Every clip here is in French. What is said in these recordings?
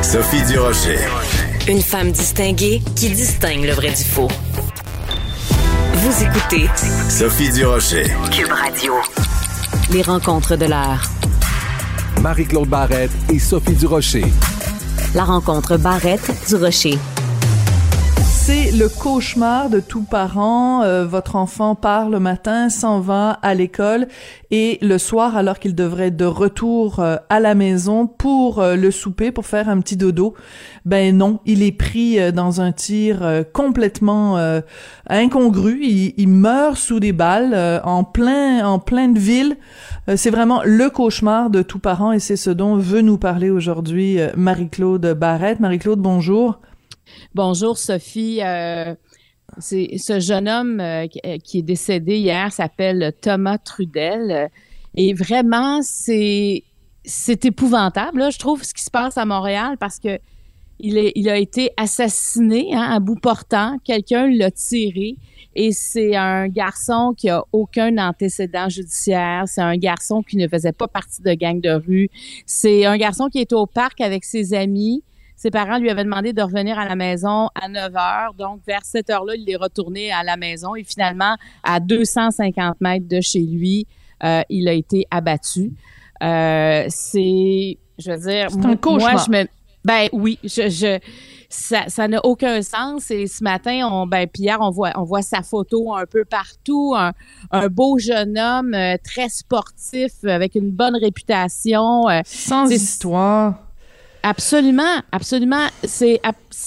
Sophie Durocher. Une femme distinguée qui distingue le vrai du faux. Vous écoutez Sophie Durocher. Cube Radio. Les rencontres de l'heure. Marie-Claude Barrette et Sophie Durocher. La rencontre Barrette-Durocher. C'est le cauchemar de tout parent. Votre enfant part le matin, s'en va à l'école et le soir, alors qu'il devrait être de retour à la maison pour le souper, pour faire un petit dodo, ben non, il est pris dans un tir complètement incongru. Il meurt sous des balles en pleine ville. C'est vraiment le cauchemar de tout parent et c'est ce dont veut nous parler aujourd'hui Marie-Claude Barrette. Marie-Claude, bonjour. Bonjour Sophie. C'est ce jeune homme qui est décédé hier s'appelle Thomas Trudel. Et vraiment, c'est épouvantable, là, je trouve, ce qui se passe à Montréal parce que il a été assassiné à bout portant. Quelqu'un l'a tiré. Et c'est un garçon qui a aucun antécédent judiciaire. C'est un garçon qui ne faisait pas partie de gang de rue. C'est un garçon qui était au parc avec ses amis. Ses parents lui avaient demandé de revenir à la maison à 9 heures. Donc, vers cette heure-là, il est retourné à la maison. Et finalement, à 250 mètres de chez lui, il a été abattu. C'est un cauchemar. Ben oui, ça n'a aucun sens. Et ce matin, puis hier, on voit sa photo un peu partout. Un beau jeune homme, très sportif, avec une bonne réputation. Sans histoire. Absolument, absolument. C'est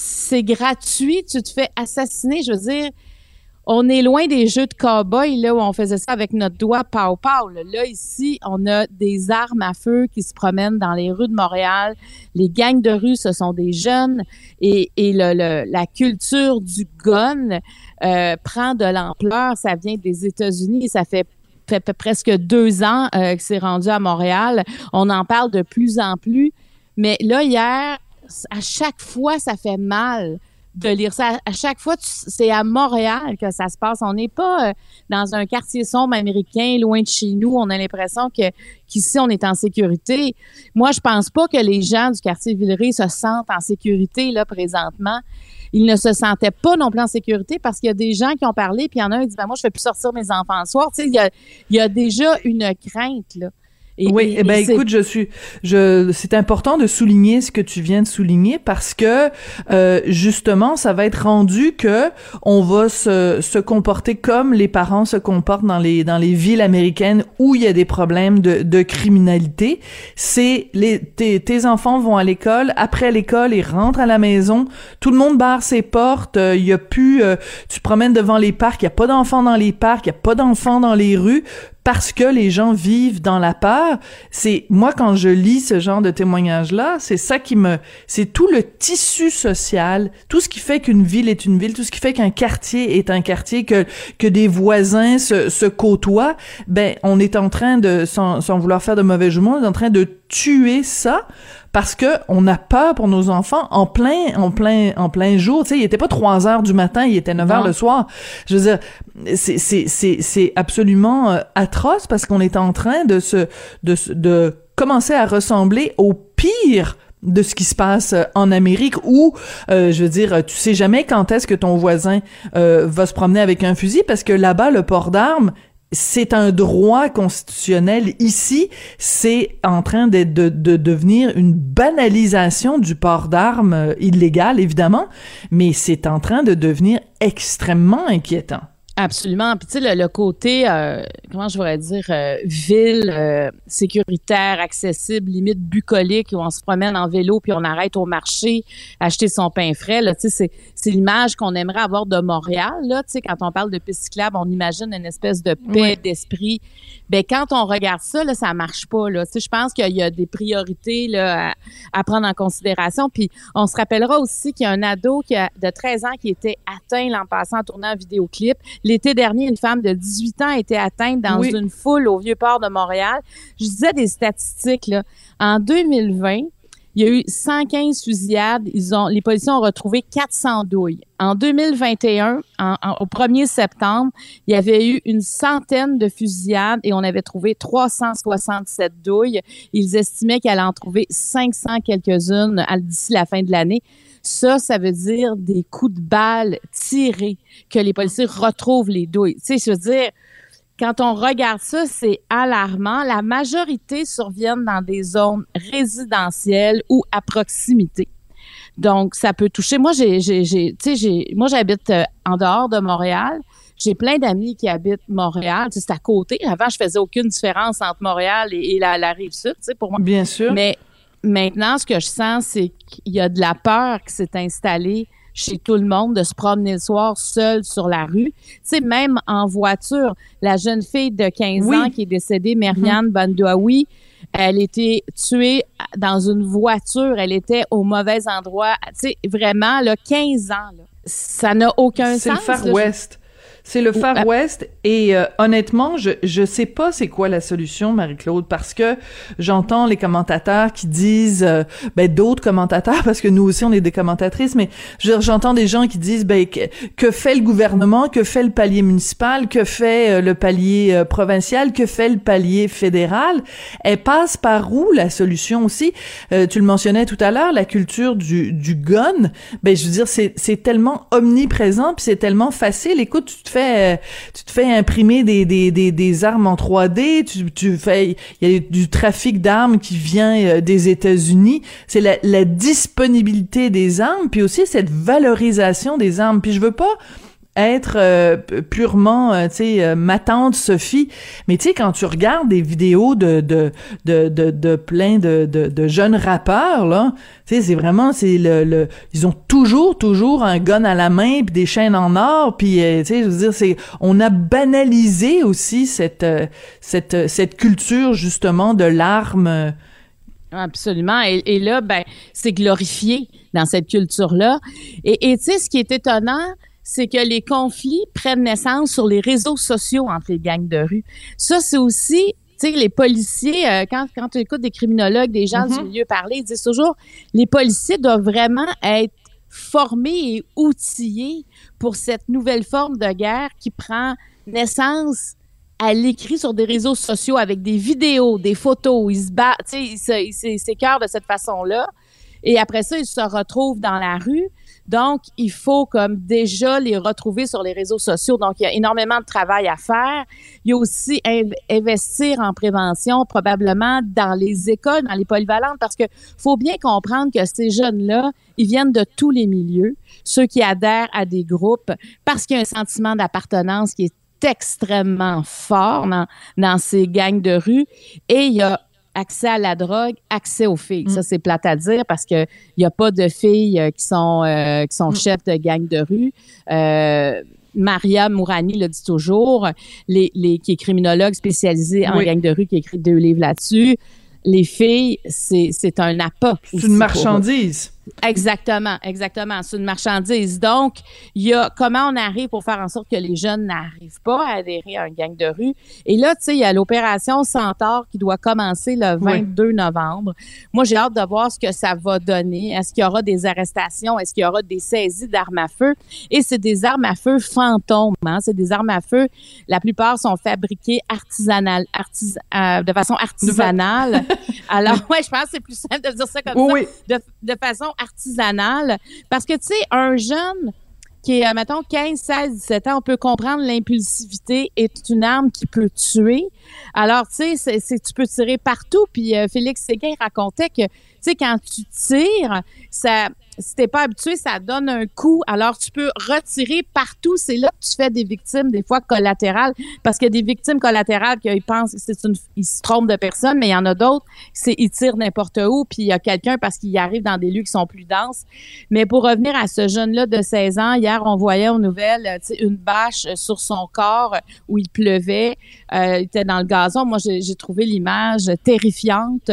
gratuit. Tu te fais assassiner. Je veux dire, on est loin des jeux de cow-boy là où on faisait ça avec notre doigt pow-pow. Là, ici, on a des armes à feu qui se promènent dans les rues de Montréal. Les gangs de rue, ce sont des jeunes et la culture du gun prend de l'ampleur. Ça vient des États-Unis. Ça fait presque 2 ans que c'est rendu à Montréal. On en parle de plus en plus. Mais là, hier, à chaque fois, ça fait mal de lire ça. À chaque fois, c'est à Montréal que ça se passe. On n'est pas dans un quartier sombre américain, loin de chez nous. On a l'impression qu'ici, on est en sécurité. Moi, je pense pas que les gens du quartier Villeray se sentent en sécurité, là, présentement. Ils ne se sentaient pas non plus en sécurité parce qu'il y a des gens qui ont parlé, puis il y en a un qui dit, moi, je fais plus sortir mes enfants le soir. Tu sais, il y a déjà une crainte, là. Écoute, c'est important de souligner ce que tu viens de souligner parce que justement, ça va être rendu que on va se comporter comme les parents se comportent dans les villes américaines où il y a des problèmes de criminalité. C'est tes enfants vont à l'école, après l'école, ils rentrent à la maison, tout le monde barre ses portes, il y a plus tu promènes devant les parcs, il y a pas d'enfants dans les parcs, il y a pas d'enfants dans les rues. Parce que les gens vivent dans la peur. C'est moi quand je lis ce genre de témoignages-là, c'est ça c'est tout le tissu social, tout ce qui fait qu'une ville est une ville, tout ce qui fait qu'un quartier est un quartier, que des voisins se côtoient. Ben on est en train de sans vouloir faire de mauvais jeu de mots, on est en train de tuer ça. Parce que on a peur pour nos enfants en plein jour. Tu sais, il était pas 3 heures du matin, il était 9 heures le soir. Je veux dire, c'est absolument atroce parce qu'on est en train de commencer à ressembler au pire de ce qui se passe en Amérique où, je veux dire, tu sais jamais quand est-ce que ton voisin va se promener avec un fusil parce que là-bas, le port d'armes, c'est un droit constitutionnel. Ici, c'est en train de devenir une banalisation du port d'armes illégal, évidemment, mais c'est en train de devenir extrêmement inquiétant. Absolument. Puis tu sais, le côté, comment je voudrais dire, ville, sécuritaire, accessible, limite bucolique, où on se promène en vélo puis on arrête au marché acheter son pain frais. Là, tu sais, c'est l'image qu'on aimerait avoir de Montréal. Là, tu sais, quand on parle de piste cyclable, on imagine une espèce de paix d'esprit. Ben quand on regarde ça, là, ça marche pas. Là, tu sais, je pense qu'il y a des priorités là à prendre en considération. Puis on se rappellera aussi qu'il y a un ado de 13 ans qui était atteint l'an passé en tournant un vidéoclip. L'été dernier, une femme de 18 ans a été atteinte dans une foule au Vieux-Port de Montréal. Je disais des statistiques, là. En 2020, il y a eu 115 fusillades. Les policiers ont retrouvé 400 douilles. En 2021, au 1er septembre, il y avait eu une centaine de fusillades et on avait trouvé 367 douilles. Ils estimaient qu'elle allait en trouver 500 quelques-unes d'ici la fin de l'année. Ça veut dire des coups de balle tirés, que les policiers retrouvent les douilles. Tu sais, je veux dire, quand on regarde ça, c'est alarmant. La majorité surviennent dans des zones résidentielles ou à proximité. Donc, ça peut toucher. Moi, moi, j'habite en dehors de Montréal. J'ai plein d'amis qui habitent Montréal. Tu sais, c'est à côté. Avant, je faisais aucune Différence entre Montréal et la Rive-Sud, tu sais, pour moi. Bien sûr. Mais maintenant, ce que je sens, c'est qu'il y a de la peur qui s'est installée chez tout le monde de se promener le soir seul sur la rue. Tu sais, même en voiture, la jeune fille de 15 ans qui est décédée, Marianne Bandouaoui, elle était tuée dans une voiture. Elle était au mauvais endroit. Tu sais, vraiment, là, 15 ans, là. Ça n'a aucun sens. C'est le Far West. C'est le Far West et honnêtement, je sais pas c'est quoi la solution, Marie-Claude, parce que j'entends les commentateurs qui disent, d'autres commentateurs, parce que nous aussi on est des commentatrices, mais j'entends des gens qui disent, que fait le gouvernement, que fait le palier municipal, que fait le palier provincial, que fait le palier fédéral. Elle passe par où la solution aussi? Tu le mentionnais tout à l'heure, la culture du gun. Je veux dire, c'est tellement omniprésent puis c'est tellement facile. Écoute, tu te fais imprimer des armes en 3D, il y a du trafic d'armes qui vient des États-Unis, c'est la disponibilité des armes, puis aussi cette valorisation des armes. Puis je veux pas être purement ma tante Sophie, mais tu sais, quand tu regardes des vidéos de plein de jeunes rappeurs là, tu sais, c'est vraiment ils ont toujours un gun à la main puis des chaînes en or, puis tu sais, je veux dire, on a banalisé aussi cette culture justement de l'arme. Absolument. Et là, c'est glorifié dans cette culture-là. Et tu sais, ce qui est étonnant, c'est que les conflits prennent naissance sur les réseaux sociaux entre les gangs de rue. Ça, c'est aussi, tu sais, les policiers, quand tu écoutes des criminologues, des gens du milieu parler, ils disent toujours, les policiers doivent vraiment être formés et outillés pour cette nouvelle forme de guerre qui prend naissance à l'écrit sur des réseaux sociaux avec des vidéos, des photos. Ils se battent, tu sais, ils s'écœurent de cette façon-là. Et après ça, ils se retrouvent dans la rue. Donc, il faut comme déjà les retrouver sur les réseaux sociaux. Donc, il y a énormément de travail à faire. Il y a aussi investir en prévention, probablement dans les écoles, dans les polyvalentes, parce que faut bien comprendre que ces jeunes-là, ils viennent de tous les milieux, ceux qui adhèrent à des groupes, parce qu'il y a un sentiment d'appartenance qui est extrêmement fort dans ces gangs de rue. Et il y a accès à la drogue, accès aux filles. Ça, c'est plate à dire parce que il y a pas de filles qui sont chefs de gang de rue. Maria Mourani le dit toujours, qui est criminologue spécialisée en gang de rue, qui a écrit 2 livres là-dessus. Les filles, c'est un appât. C'est une marchandise. Exactement. C'est une marchandise. Donc, il y a comment on arrive pour faire en sorte que les jeunes n'arrivent pas à adhérer à un gang de rue. Et là, tu sais, il y a l'opération Centaure qui doit commencer le 22 novembre. Moi, j'ai hâte de voir ce que ça va donner. Est-ce qu'il y aura des arrestations? Est-ce qu'il y aura des saisies d'armes à feu? Et c'est des armes à feu fantômes. C'est des armes à feu. La plupart sont fabriquées de façon artisanale. Alors, je pense que c'est plus simple de dire ça comme ça. De façon artisanale, parce que, tu sais, un jeune qui est, mettons, 15, 16, 17 ans, on peut comprendre l'impulsivité est une arme qui peut tuer. Alors, tu sais, tu peux tirer partout, puis Félix Séguin racontait que, tu sais, quand tu tires, si t'es pas habitué, ça donne un coup. Alors, tu peux retirer partout. C'est là que tu fais des victimes, des fois collatérales, parce qu'il y a des victimes collatérales qu'ils pensent ils se trompent de personne, mais il y en a d'autres, ils tirent n'importe où, puis il y a quelqu'un parce qu'il arrive dans des lieux qui sont plus denses. Mais pour revenir à ce jeune-là de 16 ans, hier, on voyait aux nouvelles, tu sais, une bâche sur son corps où il pleuvait. Il était dans le gazon. Moi, j'ai trouvé l'image terrifiante.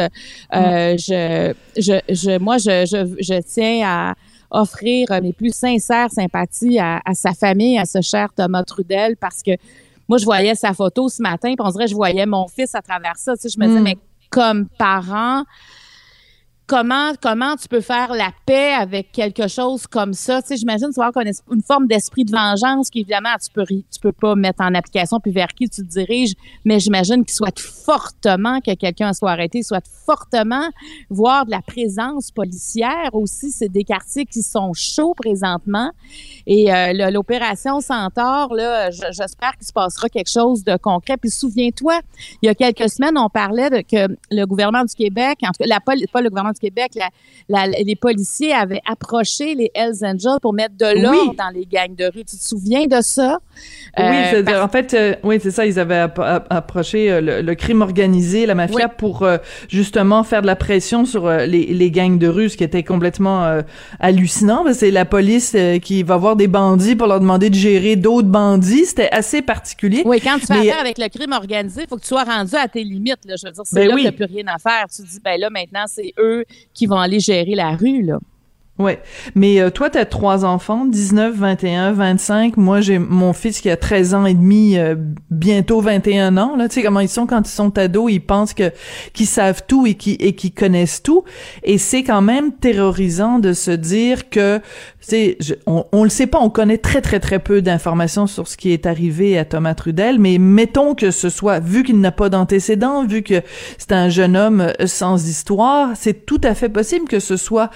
Je tiens à offrir mes plus sincères sympathies à sa famille, à ce cher Thomas Trudel, parce que moi, je voyais sa photo ce matin, puis on dirait que je voyais mon fils à travers ça. Tu sais, je me disais, mais comme parent, comment tu peux faire la paix avec quelque chose comme ça? Tu sais, j'imagine, tu vas avoir une forme d'esprit de vengeance qu'évidemment, tu peux pas mettre en application puis vers qui tu te diriges, mais j'imagine qu'il souhaite fortement que quelqu'un soit arrêté, souhaite fortement voir de la présence policière aussi. C'est des quartiers qui sont chauds présentement. Et l'opération Centaure, là, j'espère qu'il se passera quelque chose de concret. Puis souviens-toi, il y a quelques semaines, on parlait que le gouvernement du Québec, en tout cas, pas le gouvernement du Québec, les policiers avaient approché les Hells Angels pour mettre de l'ordre dans les gangs de rue. Tu te souviens de ça? En fait, oui, c'est ça. Ils avaient approché le crime organisé, la mafia, pour justement faire de la pression sur les gangs de rue, ce qui était complètement hallucinant. C'est la police qui va voir des bandits pour leur demander de gérer d'autres bandits. C'était assez particulier. Oui, quand tu fais affaire avec le crime organisé, il faut que tu sois rendu à tes limites. Là. Je veux dire, c'est là que tu n'as plus rien à faire. Tu te dis, ben là, maintenant, c'est eux qui vont aller gérer la rue, là. Ouais, mais toi t'as 3 enfants, 19, 21, 25. Moi j'ai mon fils qui a 13 ans et demi, bientôt 21 ans. Là, tu sais comment ils sont quand ils sont ados, ils pensent qu'ils savent tout et qu'ils connaissent tout. Et c'est quand même terrorisant de se dire que, tu sais, on le sait pas, on connaît très très très peu d'informations sur ce qui est arrivé à Thomas Trudel. Mais mettons que ce soit, vu qu'il n'a pas d'antécédents, vu que c'est un jeune homme sans histoire, c'est tout à fait possible que ce soit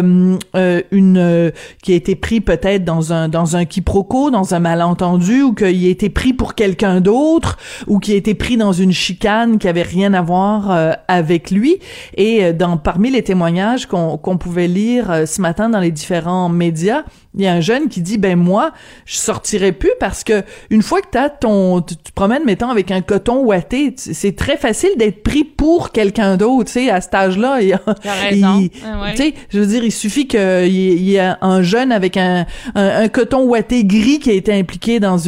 qui a été pris peut-être dans un quiproquo, dans un malentendu, ou qu'il a été pris pour quelqu'un d'autre, ou qui a été pris dans une chicane qui avait rien à voir avec lui. Et parmi les témoignages qu'on pouvait lire ce matin dans les différents médias, il y a un jeune qui dit, ben moi, je sortirai plus parce que une fois que tu te promènes, mettons, avec un coton ouaté, c'est très facile d'être pris pour quelqu'un d'autre, tu sais, à cet âge-là. T'as raison. Tu sais, je veux dire, il suffit qu'il y ait un jeune avec un coton ouaté gris qui a été impliqué dans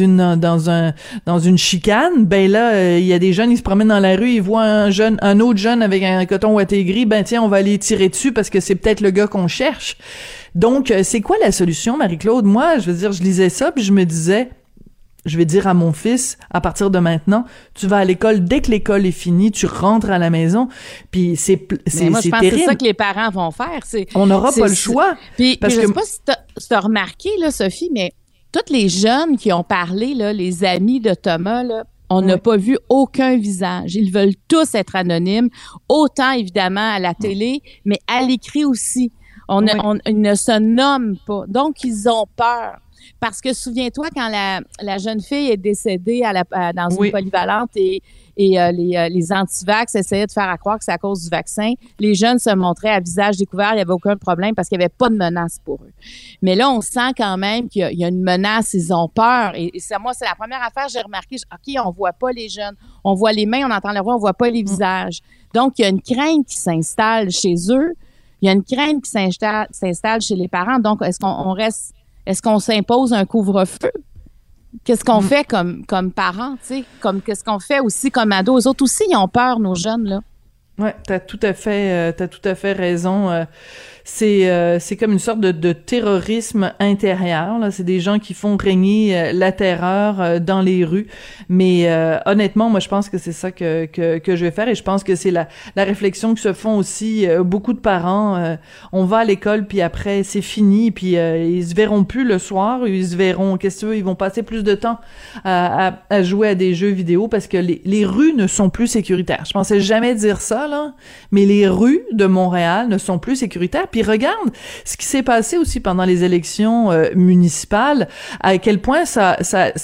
une chicane, ben là, il y a des jeunes, ils se promènent dans la rue, ils voient un autre jeune avec un coton ouaté gris, ben tiens, on va aller tirer dessus parce que c'est peut-être le gars qu'on cherche. Donc, c'est quoi la solution, Marie-Claude? Moi, je veux dire, je lisais ça, puis je me disais, je vais dire à mon fils, à partir de maintenant, tu vas à l'école, dès que l'école est finie, tu rentres à la maison, puis c'est moi, je pense terrible. que c'est ça que les parents vont faire. On n'aura pas le choix. Puis je sais pas si t'as remarqué, là, Sophie, mais tous les jeunes qui ont parlé, là, les amis de Thomas, là, on n'a pas vu aucun visage. Ils veulent tous être anonymes, autant évidemment à la télé, mais à l'écrit aussi. Ils ne se nomment pas. Donc, ils ont peur. Parce que souviens-toi, quand la jeune fille est décédée dans une polyvalente et les anti-vax essayaient de faire croire que c'est à cause du vaccin, les jeunes se montraient à visage découvert, il n'y avait aucun problème parce qu'il n'y avait pas de menace pour eux. Mais là, on sent quand même qu'il y a une menace, ils ont peur. Et moi, c'est la première affaire que j'ai remarqué. OK, on voit pas les jeunes. On voit les mains, on entend leur voix, on voit pas les visages. Donc, il y a une crainte qui s'installe chez eux. Il y a une crainte qui s'installe chez les parents. Donc, est-ce qu'on s'impose un couvre-feu? Qu'est-ce qu'on fait comme parents, tu sais? Qu'est-ce qu'on fait aussi comme ados? Eux autres aussi, ils ont peur, nos jeunes, là. Ouais, t'as tout à fait raison. C'est comme une sorte de terrorisme intérieur, là. C'est des gens qui font régner la terreur dans les rues. Mais honnêtement, moi, je pense que c'est ça que je vais faire, et je pense que c'est la réflexion que se font aussi beaucoup de parents. On va à l'école, puis après, c'est fini, puis ils se verront plus le soir, ils se verront, qu'est-ce que tu veux, ils vont passer plus de temps à jouer à des jeux vidéo parce que les rues ne sont plus sécuritaires. Je pensais jamais dire ça, là, mais les rues de Montréal ne sont plus sécuritaires. Puis regarde ce qui s'est passé aussi pendant les élections municipales, à quel point ça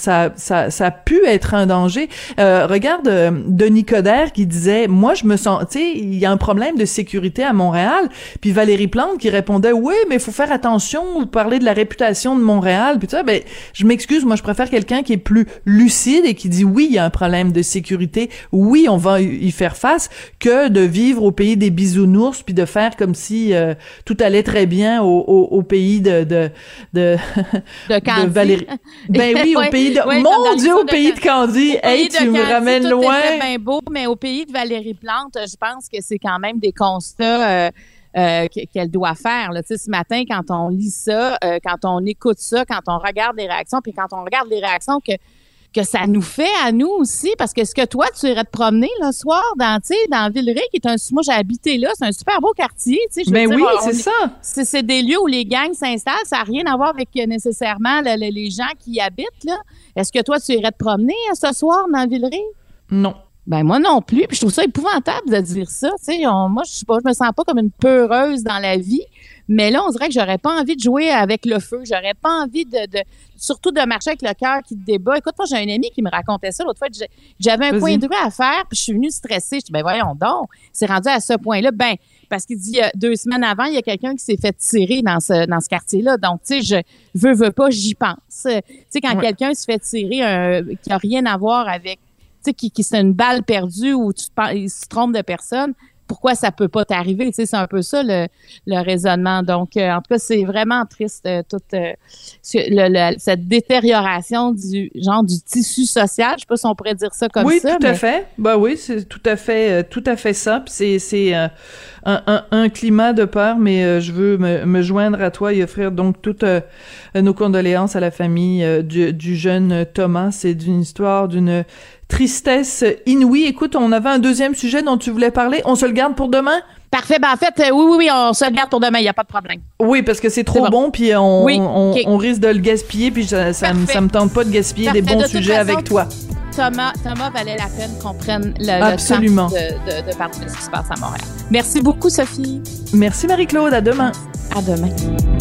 a pu être un danger. Regarde Denis Coderre qui disait, moi je me sens, tu sais, il y a un problème de sécurité à Montréal. Puis Valérie Plante qui répondait, oui, mais il faut faire attention, vous parlez de la réputation de Montréal. Puis ça, ben je m'excuse, moi je préfère quelqu'un qui est plus lucide et qui dit, oui, il y a un problème de sécurité, oui, on va y faire face, que de vivre au pays des bisounours puis de faire comme si tout allait très bien au pays de Valérie. Ben oui, au pays de... Mon Dieu, au pays de Candy! Hey, tu me ramènes loin! C'était bien beau, mais au pays de Valérie Plante, je pense que c'est quand même des constats qu'elle doit faire. Là. Tu sais, ce matin, quand on lit ça, quand on écoute ça, quand on regarde les réactions, puis quand on regarde les réactions que que ça nous fait à nous aussi, parce que est-ce que toi, tu irais te promener le soir dans Villeray, qui est moi j'ai habité là, c'est un super beau quartier, tu sais. Ben oui, c'est ça. C'est des lieux où les gangs s'installent, ça n'a rien à voir avec nécessairement les gens qui y habitent, là. Est-ce que toi, tu irais te promener ce soir dans Villeray? Non. Ben moi non plus, puis je trouve ça épouvantable de dire ça, tu sais. Moi, je me sens pas comme une peureuse dans la vie, mais là, on dirait que j'aurais pas envie de jouer avec le feu, j'aurais pas envie surtout de marcher avec le cœur qui te débat. Écoute, moi, j'ai un ami qui me racontait ça l'autre fois, j'avais un coin de rue à faire, puis je suis venue stressée, je dis, ben voyons donc, c'est rendu à ce point-là, parce qu'il dit, 2 semaines avant, il y a quelqu'un qui s'est fait tirer dans ce quartier-là, donc, tu sais, je veux pas, j'y pense. Tu sais, quand quelqu'un se fait tirer, qui a rien à voir avec, tu sais, qui c'est une balle perdue ou il se trompe de personne, pourquoi ça peut pas t'arriver? Tu sais, c'est un peu ça le raisonnement. Donc, en tout cas, c'est vraiment triste, toute cette détérioration du tissu social. Je sais pas si on pourrait dire ça comme ça. Oui, tout à fait. Ben oui, c'est tout à fait ça. Puis c'est un climat de peur, mais je veux me joindre à toi et offrir donc toutes nos condoléances à la famille du jeune Thomas. C'est d'une histoire d'une tristesse inouïe. Écoute, on avait un deuxième sujet dont tu voulais parler. On se le garde pour demain? Parfait. Ben, en fait, oui, on se le garde pour demain. Il n'y a pas de problème. Oui, parce que c'est trop bon, puis on risque de le gaspiller, puis ça me tente pas de gaspiller des bons sujets avec toi. Thomas valait la peine qu'on prenne le temps de parler de ce qui se passe à Montréal. Merci beaucoup, Sophie. Merci, Marie-Claude. À demain. À demain.